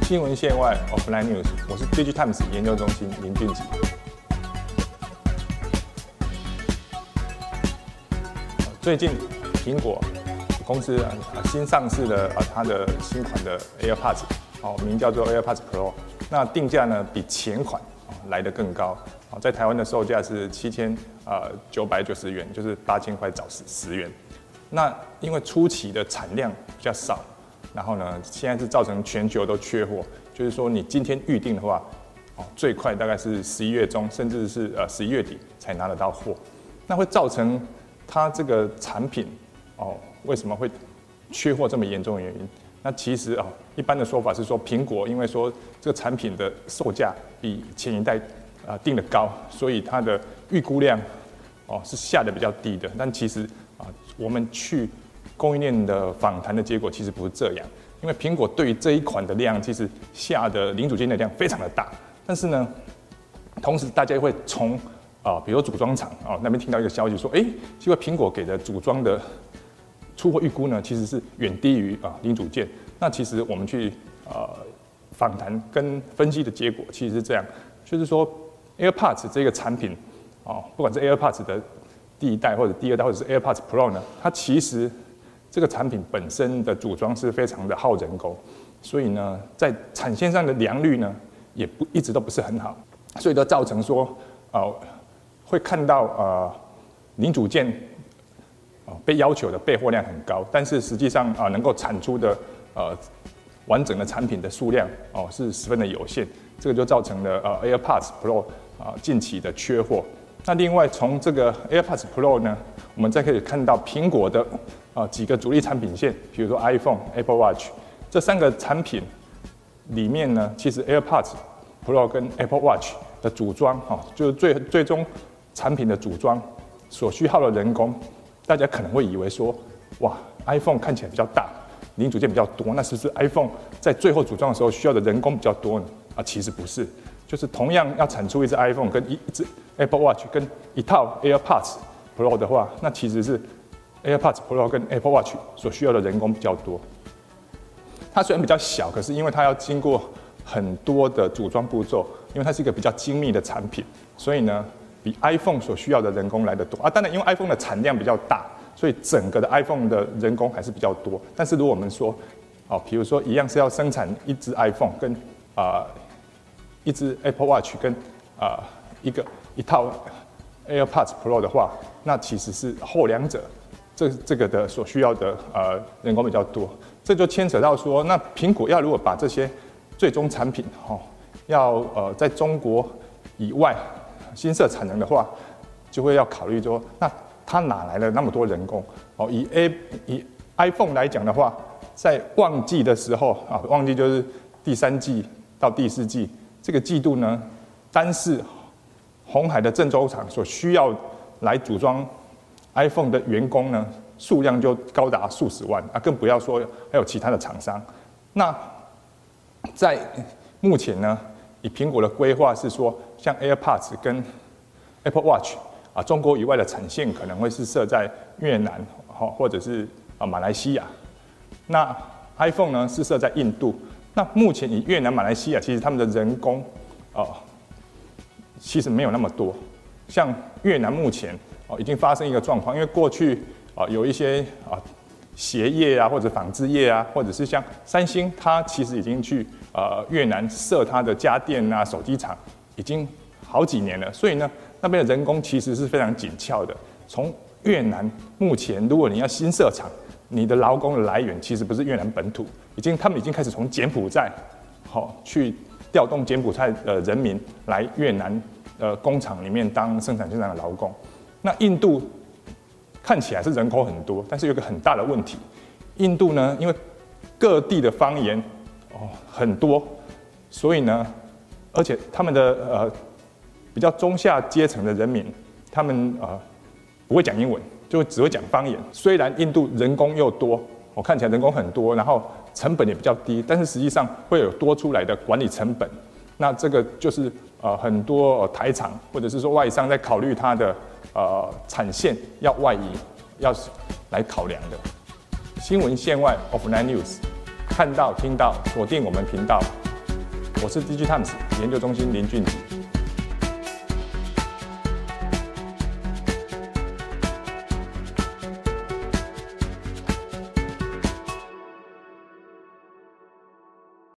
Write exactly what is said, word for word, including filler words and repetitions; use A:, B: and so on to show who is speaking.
A: 新闻线外 Offline News， 我是 DigiTimes 研究中心林俊吉。最近苹果公司啊新上市了啊它的新款的 AirPods， 哦名叫做 AirPods Pro， 那定价呢比前款来得更高，在台湾的售价是七千呃九百九十元，就是八千块找十十元。那因为初期的产量比较少。然后呢，现在是造成全球都缺货，就是说你今天预定的话，哦，最快大概是十一月中，甚至是呃十一月底才拿得到货，那会造成它这个产品哦为什么会缺货这么严重的原因？那其实哦，一般的说法是说，苹果因为说这个产品的售价比前一代啊、呃、定得高，所以它的预估量哦是下的比较低的，但其实啊、呃、我们去。供应链的访谈的结果其实不是这样，因为苹果对于这一款的量，其实下的零组件的量非常的大，但是呢，同时大家会从啊，比如说组装厂啊那边听到一个消息说，哎，结果苹果给的组装的出货预估呢，其实是远低于啊零组件。那其实我们去呃访谈跟分析的结果其实是这样，就是说 AirPods 这个产品啊，不管是 AirPods 的第一代或者第二代，或者是 AirPods Pro 呢，它其实这个产品本身的组装是非常的耗人工，所以呢，在产线上的良率呢，也不一直都不是很好，所以都造成说，呃，会看到呃零组件呃被要求的备货量很高，但是实际上啊、呃、能够产出的呃完整的产品的数量哦、呃、是十分的有限，这个就造成了呃 AirPods Pro 啊、呃、近期的缺货。那另外从这个 AirPods Pro 呢，我们再可以看到苹果的啊几个主力产品线，比如说 iPhone、Apple Watch 这三个产品里面呢，其实 AirPods Pro 跟 Apple Watch 的组装哈，就是最最终产品的组装所需耗的人工，大家可能会以为说，哇 ，iPhone 看起来比较大，零组件比较多，那是不是 iPhone 在最后组装的时候需要的人工比较多呢？啊，其实不是。就是同样要产出一只 iPhone 跟一只 Apple Watch 跟一套 AirPods Pro 的话，那其实是 AirPods Pro 跟 Apple Watch 所需要的人工比较多。它虽然比较小，可是因为它要经过很多的组装步骤，因为它是一个比较精密的产品，所以呢，比 iPhone 所需要的人工来得多啊。当然，因为 iPhone 的产量比较大，所以整个的 iPhone 的人工还是比较多。但是如果我们说，哦，比如说一样是要生产一只 iPhone 跟啊。呃一只 Apple Watch 跟啊、呃、一个一套 AirPods Pro 的话，那其实是后两者这这个的所需要的呃人工比较多，这就牵扯到说，那苹果要如果把这些最终产品哦要呃在中国以外新设产能的话，就会要考虑说，那它哪来了那么多人工？哦，以 A 以 iPhone 来讲的话，在旺季的时候啊，旺季就是第三季到第四季。这个季度呢，单是鸿海的郑州厂所需要来组装 iPhone 的员工呢，数量就高达数十万啊，更不要说还有其他的厂商。那在目前呢，以苹果的规划是说，像 AirPods 跟 Apple Watch 啊，中国以外的产线可能会是设在越南或者是啊马来西亚。那 iPhone 呢是设在印度。那目前以越南、马来西亚，其实他们的人工，哦，其实没有那么多。像越南目前哦已经发生一个状况，因为过去啊有一些啊鞋业啊或者纺织业啊，或者是像三星，它其实已经去呃越南设它的家电啊、手机厂，已经好几年了。所以呢，那边的人工其实是非常紧俏的。从越南目前，如果你要新设厂，你的劳工的来源其实不是越南本土，已经他们已经开始从柬埔寨，好、哦、去调动柬埔寨的人民来越南呃工厂里面当生产线上的劳工。那印度看起来是人口很多，但是有一个很大的问题，印度呢因为各地的方言哦很多，所以呢，而且他们的呃比较中下阶层的人民，他们呃不会讲英文。就只会讲方言。虽然印度人工又多，我看起来人工很多，然后成本也比较低，但是实际上会有多出来的管理成本。那这个就是呃很多、呃、台厂或者是说外商在考虑它的呃产线要外移，要来考量的。新闻线外 Offline News， 看到听到锁定我们频道。 我是 D G Times 研究中心林俊吉。